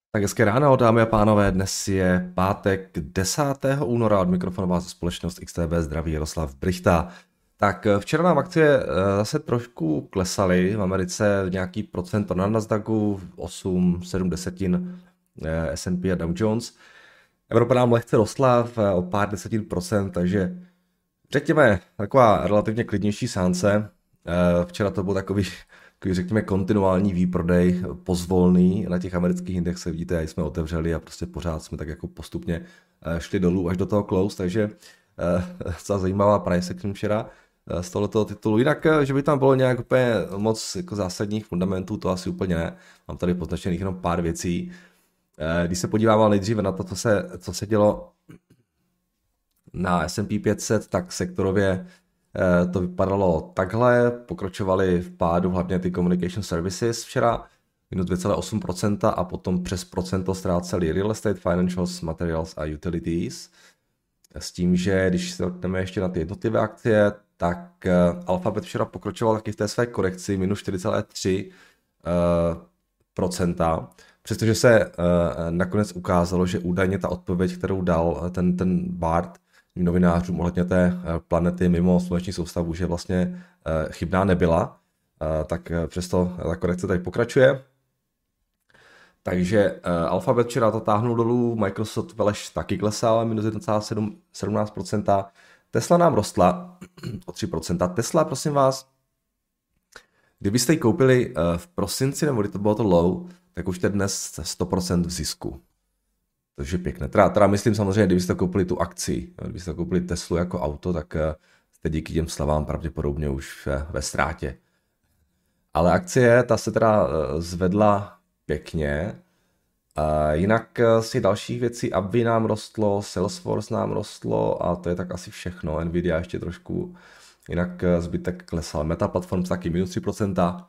Tak hezké ráno, dámy a pánové, dnes je pátek 10. února, od mikrofonu vás společnost XTB zdraví Jaroslav Brichta. Tak včera nám akcie zase trošku klesaly, v Americe nějaký procento na Nasdaqu, 8-7 desetin S&P a Dow Jones. Evropa nám lehce rostla o pár desetin procent, takže řekněme taková relativně klidnější sánce. Včera to byl takový řekněme, kontinuální výprodej pozvolný na těch amerických indexech. Vidíte, jak jsme otevřeli a prostě pořád jsme tak jako postupně šli dolů až do toho close, takže docela zajímavá price action včera z tohoto titulu. Jinak, že by tam bylo nějak úplně moc jako zásadních fundamentů, to asi úplně ne. Mám tady poznačených jenom pár věcí. Když se podívám nejdříve na to, co se dělo na S&P 500, tak sektorově to vypadalo takhle, pokračovali v pádu hlavně ty communication services včera, minus 2,8% a potom přes procento ztráceli real estate, financials, materials a utilities. S tím, že když se jdeme ještě na ty jednotlivé akcie, tak Alphabet včera pokračoval taky v té své korekci minus 4,3%, přestože se nakonec ukázalo, že údajně ta odpověď, kterou dal ten Bart novinářům ohledně té planety mimo sluneční soustavu, že vlastně chybná nebyla, tak přesto ta korekce tady pokračuje. Takže Alphabet včera to táhnul dolů, Microsoft veleš taky klesal, minus 1,17%. Tesla nám rostla o 3%. Tesla, prosím vás, kdybyste ji koupili v prosinci, nebo kdy to bylo to low, tak už je dnes 100% v zisku. Takže pěkné. Teda myslím samozřejmě, kdybyste koupili tu akci, kdybyste koupili Teslu jako auto, tak jste díky těm slavám pravděpodobně už ve ztrátě. Ale akcie, ta se teda zvedla pěkně. Jinak z těch dalších věcí, Abby nám rostlo, Salesforce nám rostlo a to je tak asi všechno. Nvidia ještě trošku, jinak zbytek klesal. Meta Platforms taky minus 3%.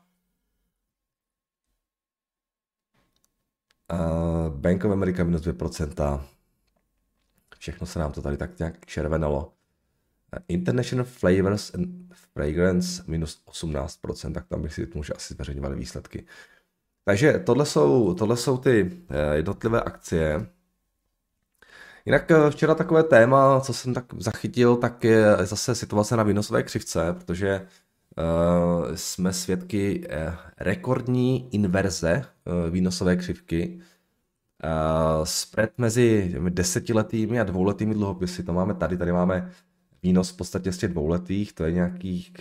Bank of America minus 2%. Všechno se nám to tady tak nějak červenalo. International Flavors and Fragrance minus 18%, tak tam bych si může asi zveřejňovali výsledky. Takže tohle jsou ty jednotlivé akcie. Jinak včera takové téma, co jsem tak zachytil, tak je zase situace na výnosové křivce, protože jsme svědky rekordní inverze výnosové křivky. Spread mezi 10letými a 2letými dluhopisy, to máme tady máme výnos v podstatě z těch 2letých, to je nějakých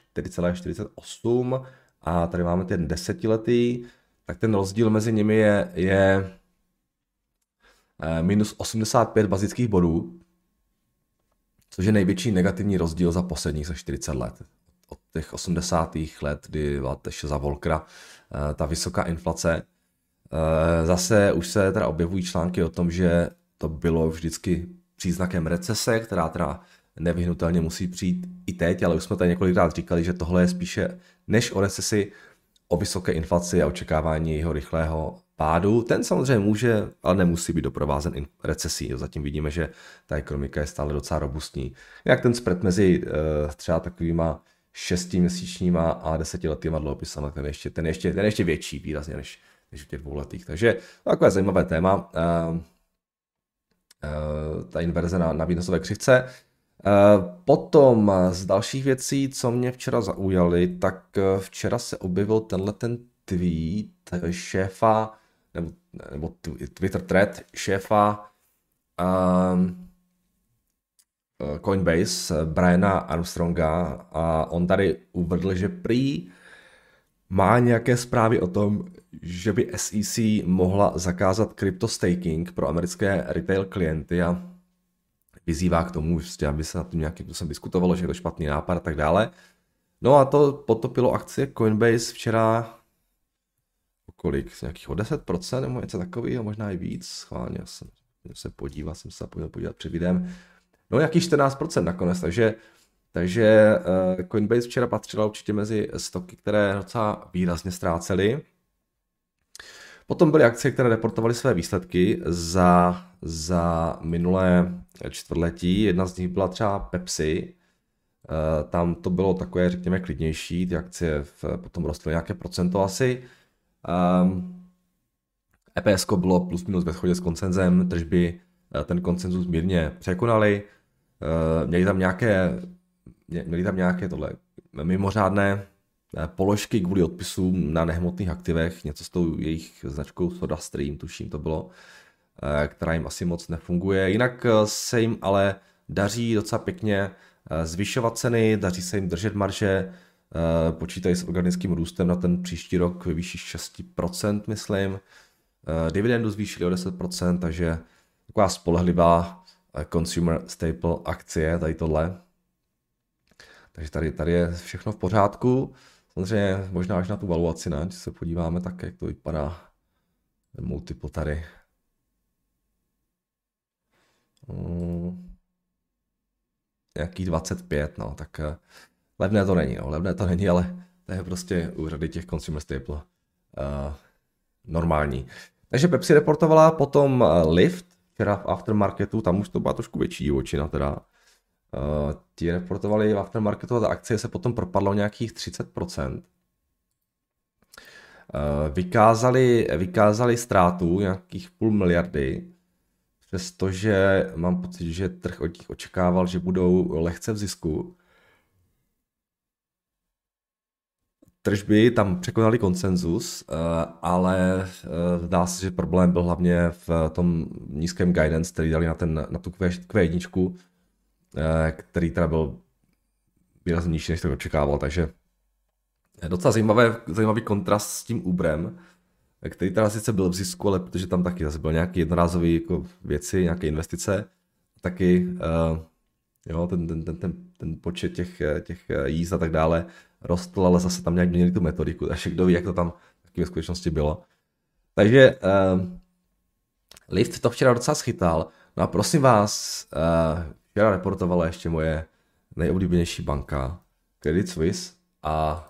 4,48 a tady máme ten 10letý, tak ten rozdíl mezi nimi je minus 85 bazických bodů, což je největší negativní rozdíl za posledních 40 let. Od těch 80. let, kdy byla ještě za Volckera ta vysoká inflace. Zase už se teda objevují články o tom, že to bylo vždycky příznakem recese, která teda nevyhnutelně musí přijít i teď, ale už jsme tady několikrát říkali, že tohle je spíše než o recesi, o vysoké inflaci a očekávání jeho rychlého pádu. Ten samozřejmě může, ale nemusí být doprovázen recesí. Zatím vidíme, že ta ekonomika je stále docela robustní. Jak ten spread mezi třeba takovýma 6měsíčníma a 10letýma dluhopisama, ten je ještě větší výrazně než v těch 2letých. Takže takové zajímavé téma, ta inverze na výnosové křivce. Potom z dalších věcí, co mě včera zaujaly, tak včera se objevil ten tweet šéfa, nebo Twitter thread šéfa Coinbase, Briana Armstronga, a on tady uvedl, že prý má nějaké zprávy o tom, že by SEC mohla zakázat crypto-staking pro americké retail klienty a vyzývá k tomu, aby se na tom nějakým způsobem diskutovalo, že je to špatný nápad a tak dále. No a to potopilo akcie Coinbase včera kolik? Nějakých o 10% nebo něco takového, možná i víc. Schválně jsem se podíval před videem. No nějakých 14% nakonec, takže Coinbase včera patřila určitě mezi stoky, které docela výrazně ztrácely. Potom byly akcie, které reportovaly své výsledky za minulé čtvrtletí. Jedna z nich byla třeba Pepsi. Tam to bylo takové, řekněme, klidnější. Ty akcie potom rostly nějaké procento asi. EPS bylo plus minus ve shodě s konsenzem, tržby ten konsenzus mírně překonali. Měli tam nějaké tohle mimořádné položky kvůli odpisům na nehmotných aktivech, něco s tou jejich značkou SodaStream, tuším to bylo, která jim asi moc nefunguje. Jinak se jim ale daří docela pěkně zvyšovat ceny, daří se jim držet marže, počítají s organickým růstem na ten příští rok ve výši 6%, myslím. Dividendu zvýšili o 10%, takže taková spolehlivá consumer staple akcie, tady tohle. Takže tady je všechno v pořádku. Samozřejmě možná až na tu valuaci, ne? Když se podíváme tak, jak to vypadá ten multiple tady. Nějaký 25, no, tak levné to není, ale to je prostě u řady těch consumer staple normální. Takže Pepsi reportovala, potom Lyft, včera v aftermarketu, tam už to byla trošku větší divočina teda. Ti reportovali v aftermarketu a ta akcie se potom propadla o nějakých 30%. Vykázali ztrátu nějakých 0,5 miliardy, přestože mám pocit, že trh od nich očekával, že budou lehce v zisku. Tržby tam překonali konsenzus, ale zdá se, že problém byl hlavně v tom nízkém guidance, který dali na tu Q1, který teda byl výrazně nižší, než to očekával, takže docela zajímavý kontrast s tím Uberem, který teda sice byl v zisku, ale protože tam taky zase byl nějaký jednorázový jako věci, nějaké investice, taky jo, ten počet těch jízd a tak dále rostl, ale zase tam nějak měnili tu metodiku, takže kdo ví, jak to tam taky ve skutečnosti bylo. Takže Lyft to včera docela schytal. No a prosím vás, včera reportovala ještě moje nejoblíbenější banka, Credit Suisse, a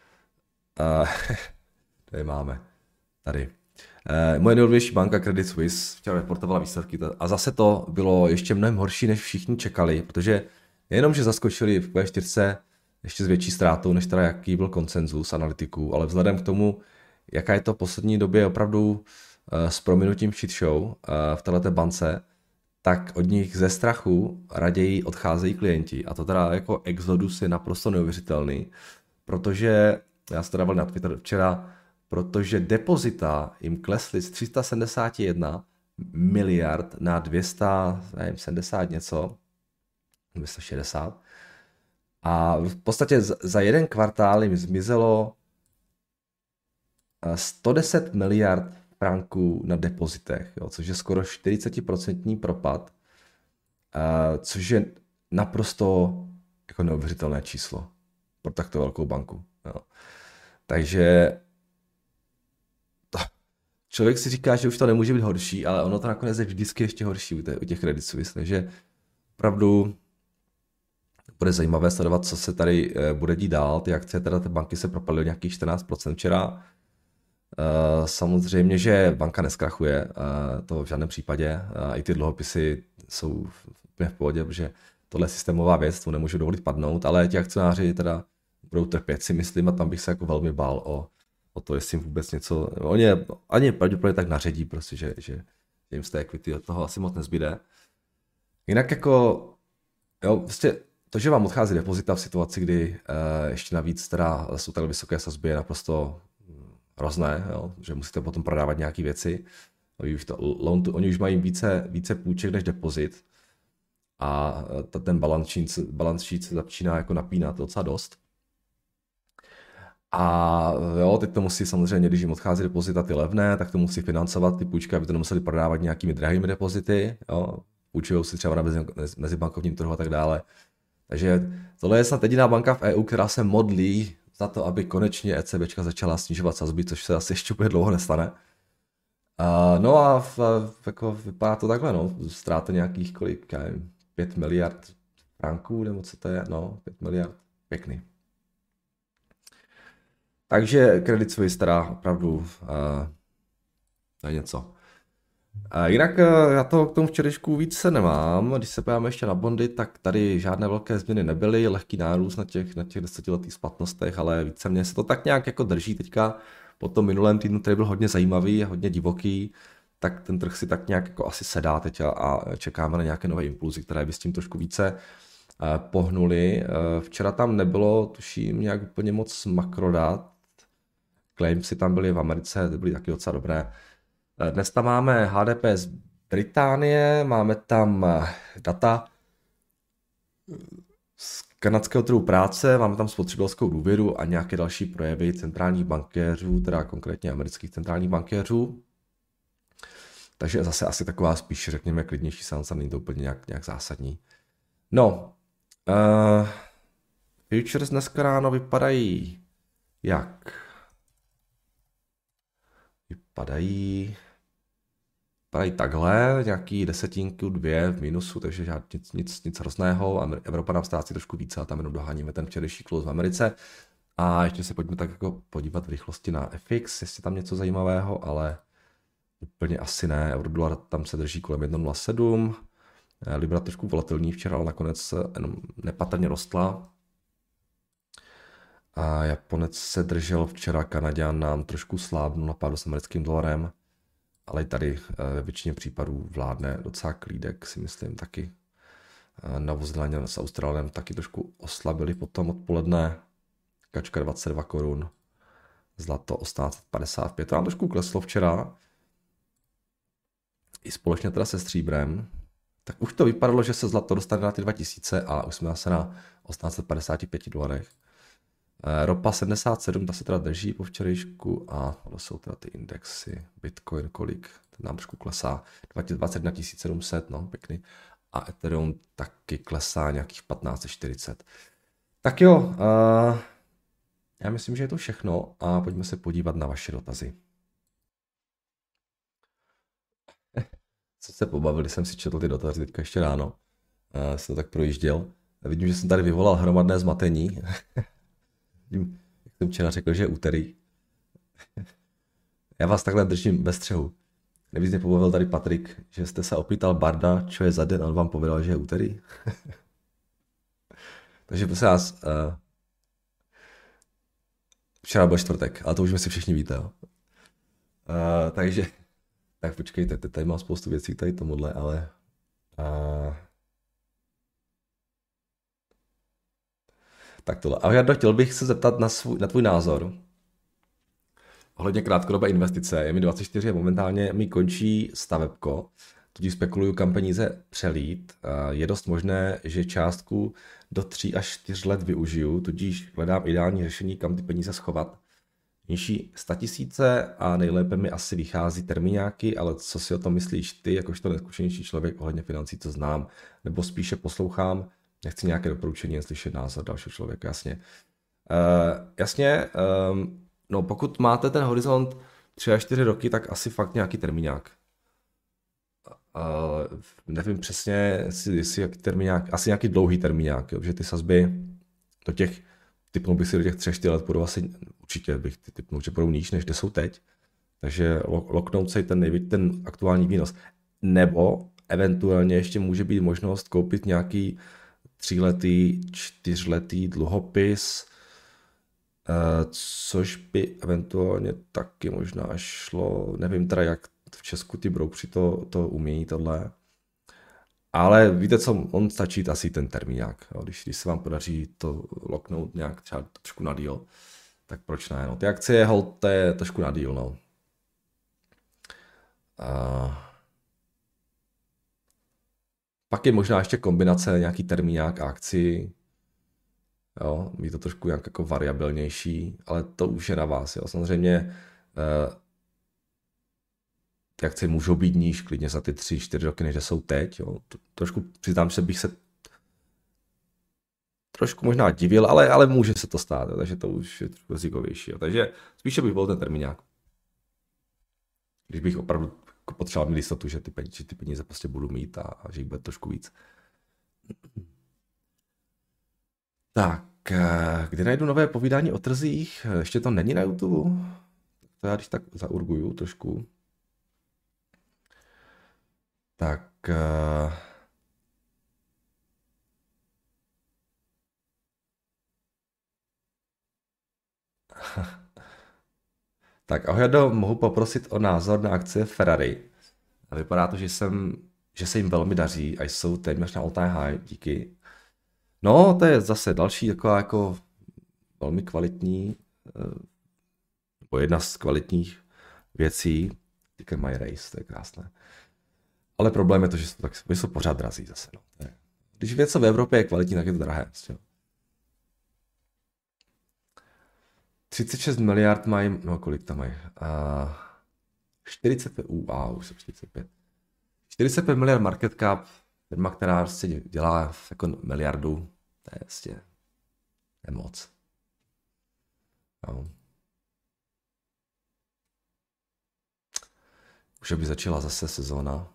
tady máme, tady. Moje nejoblíbenější banka Credit Suisse včera reportovala výsledky a zase to bylo ještě mnohem horší, než všichni čekali, protože nejenom, že zaskočili v Q4 ještě s větší ztrátou, než teda jaký byl konsenzus analytiků, ale vzhledem k tomu, jaká je to v poslední době opravdu s prominutím shit show v této bance, tak od nich ze strachu raději odcházejí klienti. A to teda jako exodus je naprosto neuvěřitelný, protože, já jsem to dával na Twitter včera, protože depozita jim klesly z 371 miliard na 270 něco, 260. A v podstatě za jeden kvartál jim zmizelo 110 miliard franků na depozitech, jo, což je skoro 40% propad, což je naprosto jako neuvěřitelné číslo pro takto velkou banku. Jo. Takže člověk si říká, že už to nemůže být horší, ale ono to nakonec je vždycky ještě horší u těch Credit Suisse, takže opravdu bude zajímavé sledovat, co se tady bude dít dál. Ty akcie teda té banky se propadly o nějakých 14% včera. Samozřejmě, že banka neskrachuje, to v žádném případě. I ty dluhopisy jsou úplně v pohodě, protože tohle je systémová věc, to nemůžu dovolit padnout, ale ti akcionáři teda budou trpět, si myslím, a tam bych se jako velmi bál o to, jestli jim vůbec něco, oni ani pravděpodobně tak naředí, prostě, že jim z té equity od toho asi moc nezbyde. Jinak jako, jo, prostě to, že vám odchází depozita v situaci, kdy ještě navíc teda jsou takhle vysoké sazby, je naprosto hrozné, jo, že musíte potom prodávat nějaké věci. Oni už mají více půjček než depozit a ten balance sheet se začíná jako napínat docela dost. A jo, teď to musí samozřejmě, když jim odchází depozita ty levné, tak to musí financovat ty půjčky, aby to nemuseli prodávat nějakými drahými depozity, jo. Půjčují si třeba na mezibankovním trhu a tak dále. Takže tohle je snad jediná banka v EU, která se modlí za to, aby konečně ECBčka začala snižovat sazby, což se asi ještě úplně dlouho nestane. No a jako vypadá to takhle, no, ztráta nějakých kolik, 5 miliard franků, nebo co to je, no, 5 miliard, pěkný. Takže Credit Suisse teda opravdu to je něco. Jinak já to k tomu včerejšku víc nemám. Když se podíváme ještě na bondy, tak tady žádné velké změny nebyly, lehký nárůst na těch 10letých splatnostech, ale víceméně se to tak nějak jako drží teďka po tom minulém týdnu, který byl hodně zajímavý a hodně divoký, tak ten trh si tak nějak jako asi sedá teď a čekáme na nějaké nové impulzy, které by s tím trošku více pohnuly. Včera tam nebylo, tuším, nějak úplně moc makrodat. Claimsy tam byly v Americe, ty byly taky docela dobré. Dnes tam máme HDP z Británie, máme tam data z kanadského trhu práce, máme tam spotřebitelskou důvěru a nějaké další projevy centrálních bankéřů, teda konkrétně amerických centrálních bankéřů. Takže zase asi taková spíš, řekněme, klidnější seance, není to úplně nějak zásadní. No, futures dneska ráno vypadají jak? Vypadají takhle, nějaký desetinku, 2 v minusu, takže nic hrozného. Evropa nám ztrácí trošku více a tam jenom doháníme ten včerejší close v Americe. A ještě se pojďme tak jako podívat v rychlosti na FX, jestli tam něco zajímavého, ale úplně asi ne. Eurodolar tam se drží kolem 1,07. Libra trošku volatilní včera, ale nakonec jenom nepatrně rostla. A Japonec se držel včera, Kanaďan nám trošku slábnul na pádu s americkým dolarem, ale i tady ve většině případů vládne docela klídek, si myslím taky. Novozélanďan s Australem taky trošku oslabili potom odpoledne. Kačka 22 korun, zlato 1855, to nám trošku kleslo včera. I společně teda se stříbrem. Tak už to vypadalo, že se zlato dostane na ty 2000 a už jsme zase na 1855 dolarech. Ropa 77, ta se teda drží po včerejšku a to jsou teda ty indexy. Bitcoin kolik, ten nám trošku klesá. 21 700, no pěkný. A Ethereum taky klesá nějakých 1540. Tak jo, já myslím, že je to všechno a pojďme se podívat na vaše dotazy. Co se pobavili, jsem si četl ty dotazy teďka ještě ráno. Jsem to tak projížděl. Vidím, že jsem tady vyvolal hromadné zmatení. Jak jsem včera řekl, že je úterý. Já vás takhle držím ve střehu. Nevíc mě pobavil tady Patrik, že jste se opýtal Barda, co je za den, a on vám povedal, že je úterý. Takže prosím vás, včera byl čtvrtek, ale to už si všichni víte. Jo. Takže, tak počkejte, tady mám spoustu věcí tady tomuhle, ale... Tak tohle. A Jardo, chtěl bych se zeptat na tvůj názor. Ohledně krátkodobé investice. Je mi 24 a momentálně mi končí stavebko, tudíž spekuluju, kam peníze přelít. Je dost možné, že částku do 3 až 4 let využiju, tudíž hledám ideální řešení, kam ty peníze schovat. Nižší 100 000 a nejlépe mi asi vychází termíňáky, ale co si o tom myslíš ty, jakožto neskušenější člověk ohledně financí, co znám, nebo spíše poslouchám, nechci nějaké doporučení, jen slyšet názor dalšího člověka, jasně. No pokud máte ten horizont 3 až 4 roky, tak asi fakt nějaký termíňák. Nevím přesně, jestli jaký termíňák, asi nějaký dlouhý termíňák, jo, že ty sazby do těch, typnul bych si do těch 3-4 let, budou asi, určitě bych typnul, že budou níž, než kde jsou teď. Takže loknout si ten aktuální výnos. Nebo eventuálně ještě může být možnost koupit nějaký 3letý, 4letý dluhopis, což by eventuálně taky možná šlo, nevím teda, jak v Česku ty broukři to umějí tohle, ale víte co, on stačí asi ten termíňák, jo? Když se vám podaří to loknout nějak třeba trošku na díl, tak proč ne, no. Ty akcie, hold, to je trošku na díl, no. Pak je možná ještě kombinace nějaký termíňák a akci, jo, mít to trošku nějak jako variabilnější, ale to už je na vás, jo. Samozřejmě ty akcie můžou být níž klidně za ty 3-4 roky, než jsou teď, jo. Trošku přiznám, že bych se trošku možná divil, ale může se to stát, jo, takže to už je trošku rizikovější, jo. Takže spíše bych byl ten termíňák. Když bych opravdu potřeboval mít jistotu, že ty peníze prostě budu mít a že jich bude trošku víc. Tak, kde najdu nové povídání o trzích? Ještě to není na YouTube? To já když tak zaurguju trošku. Tak... Tak ahoj, Jado, mohu poprosit o názor na akcie Ferrari. A vypadá to, že se jim velmi daří a jsou téměř na all time high, díky. No, to je zase další taková jako velmi kvalitní, nebo jedna z kvalitních věcí. Týka My Race, to je krásné. Ale problém je to, že jsou pořád drazí zase. No. Když něco v Evropě je kvalitní, tak je to drahé. Prostě. 36 miliard mají, no kolik tam mají? 45, už jsem 45. 45 miliard market cap, firma, která prostě dělá jako miliardu, to je prostě moc. No. Už by začala zase sezóna.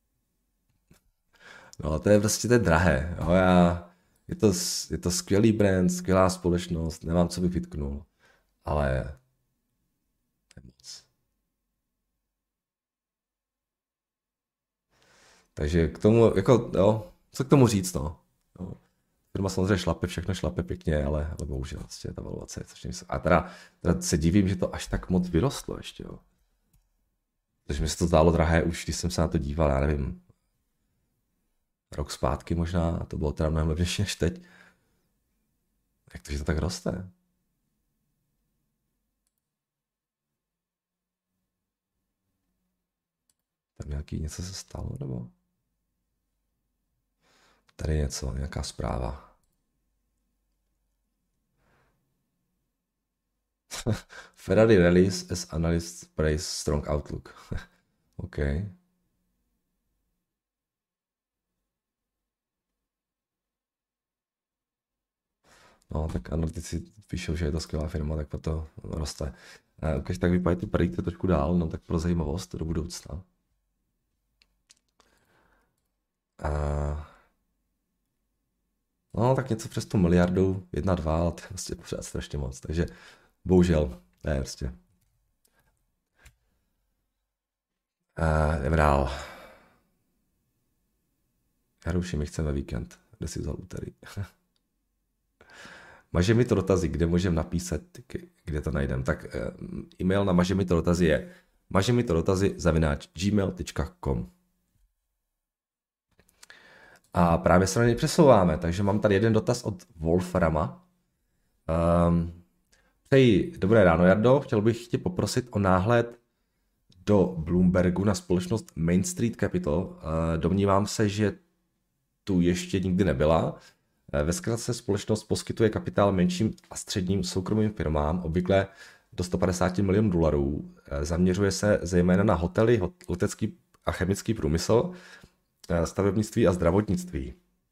No to je prostě to drahé. Jo, je to skvělý brand, skvělá společnost, nemám co bych vytknul, ale je moc. Takže k tomu, jako, jo, co k tomu říct, no. Jo. Firma samozřejmě šlape, všechno šlape pěkně, ale bohužel vlastně ta valuace je a teda se divím, že to až tak moc vyrostlo ještě, jo. Takže mi se to zdálo drahé už, když jsem se na to díval, já nevím, rok zpátky možná, a to bylo teda mnohem lepší než teď. Jak to, že to tak roste? Tam něco se stalo, nebo? Tady něco, nějaká zpráva. Ferrari release as analysts praise strong outlook. OK. No, tak analytici píšou, že je to skvělá firma, tak proto roste. Když tak vypadají ty predikty trošku dál, no tak pro zajímavost do budoucna. No, tak něco přes tu miliardu, 1, 2, ale to je prostě pořád strašně moc, takže bohužel, to je prostě. Jdeme dál. Jaruši, my chceme víkend, kde si vzal úterý. Maže mi to dotazy, kde můžeme napísat, kde to najdem. Tak e-mail na maže mi to dotazy je mažemitodotazy@gmail.com. A právě se na něj přesouváme, takže mám tady jeden dotaz od Wolframa. Přeji dobré ráno, Jardo, chtěl bych tě poprosit o náhled do Bloombergu na společnost Main Street Capital. Domnívám se, že tu ještě nikdy nebyla. Ve zkratce společnost poskytuje kapitál menším a středním soukromým firmám, obvykle do 150 milionů dolarů. Zaměřuje se zejména na hotely, letecký a chemický průmysl, stavebnictví a zdravotnictví.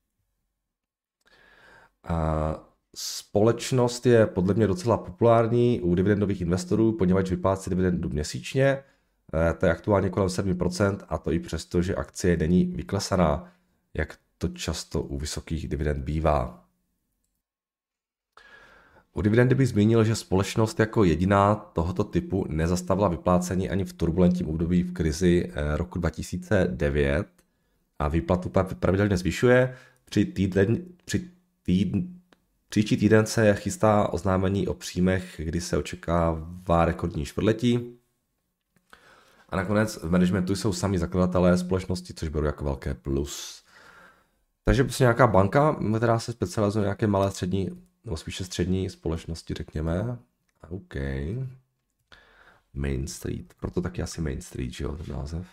Společnost je podle mě docela populární u dividendových investorů, poněvadž vyplácí dividendu měsíčně. To je aktuálně kolem 7%, a to i přesto, že akcie není vyklesaná, jak to často u vysokých dividend bývá. U dividendy bych zmínil, že společnost jako jediná tohoto typu nezastavila vyplácení ani v turbulentním období v krizi roku 2009 a výplatu pravidelně zvyšuje. Příští týden se chystá oznámení o příjmech, kdy se očekává rekordní čtvrtletí. A nakonec v managementu jsou sami zakladatelé společnosti, což beru jako velké plus. Takže prostě nějaká banka, která se specializuje na nějaké malé střední, nebo spíše střední společnosti, řekněme. OK. Main Street, proto taky asi Main Street, že jo, ten název.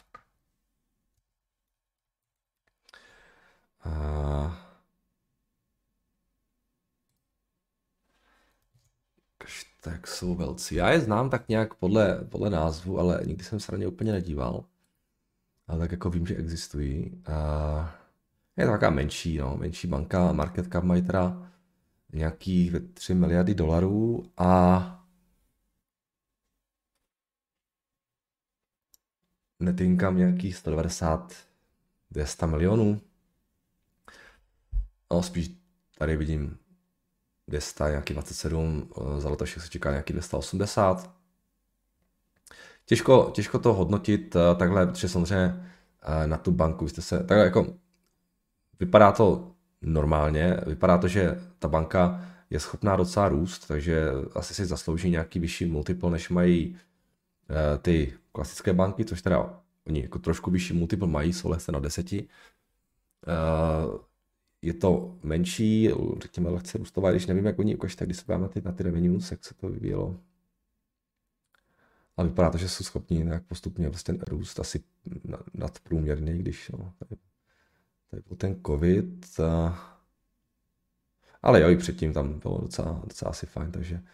Tak jsou velcí. Já je znám tak nějak podle názvu, ale nikdy jsem se na ně úplně nedíval. Ale tak jako vím, že existují. Je to taková menší banka, market cap mají teda nějakých 3 miliardy dolarů a net income nějakých 190, 200 milionů. No spíš tady vidím 200, nějaký 27, za letošek se čeká nějaký 280. Těžko to hodnotit takhle, protože samozřejmě na tu banku jste se, takhle jako vypadá to normálně, vypadá to, že ta banka je schopná docela růst, takže asi si zaslouží nějaký vyšší multiple, než mají ty klasické banky, což teda oni jako trošku vyšší multiple mají, jsou lehce na 10. Je to menší, řekněme lehce růstová, když nevím, jak oni ukažte, když se podíváme na ty revenues, jak se to vyvíjelo. A vypadá to, že jsou schopni nějak postupně vlastně růst asi nadprůměrně, když tady byl ten covid. Ale jo, i předtím tam bylo docela asi fajn, takže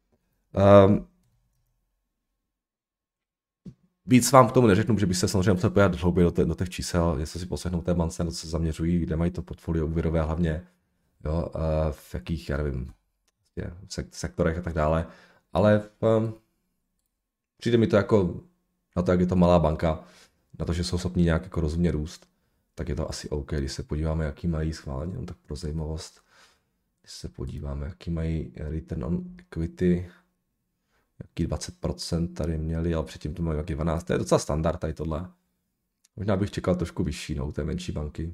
víc vám k tomu neřeknu, že byste samozřejmě museli pojít hlouběji do těch čísel, něco si poslechnout té bance, na co se zaměřují, kde mají to portfolio úvěrové hlavně, jo, v jakých, já nevím, sektorech a tak dále. Ale přijde mi to jako na to, jak je to malá banka, na to, že jsou schopni nějak jako rozumně růst, tak je to asi OK, když se podíváme, jaký mají schválně, tak pro zajímavost, když se podíváme, jaký mají return on equity, jaký 20% tady měli, ale předtím to mají jaký 12%, to je docela standard tady tohle. Možná bych čekal trošku vyšší, no, té menší banky.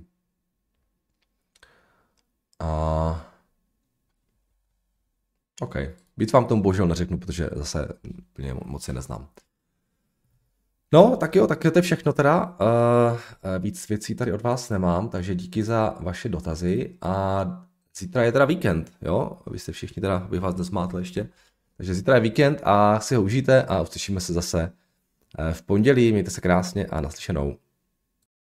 OK, víc vám tomu bohužel neřeknu, protože zase úplně moc je neznám. No, tak jo, tak to je všechno teda. Víc věcí tady od vás nemám, takže díky za vaše dotazy a zítra je teda víkend, jo? Vy jste všichni teda, bych vás nezmátl ještě. Takže zítra je víkend a si ho užijte a uslyšíme se zase v pondělí. Mějte se krásně a naslyšenou.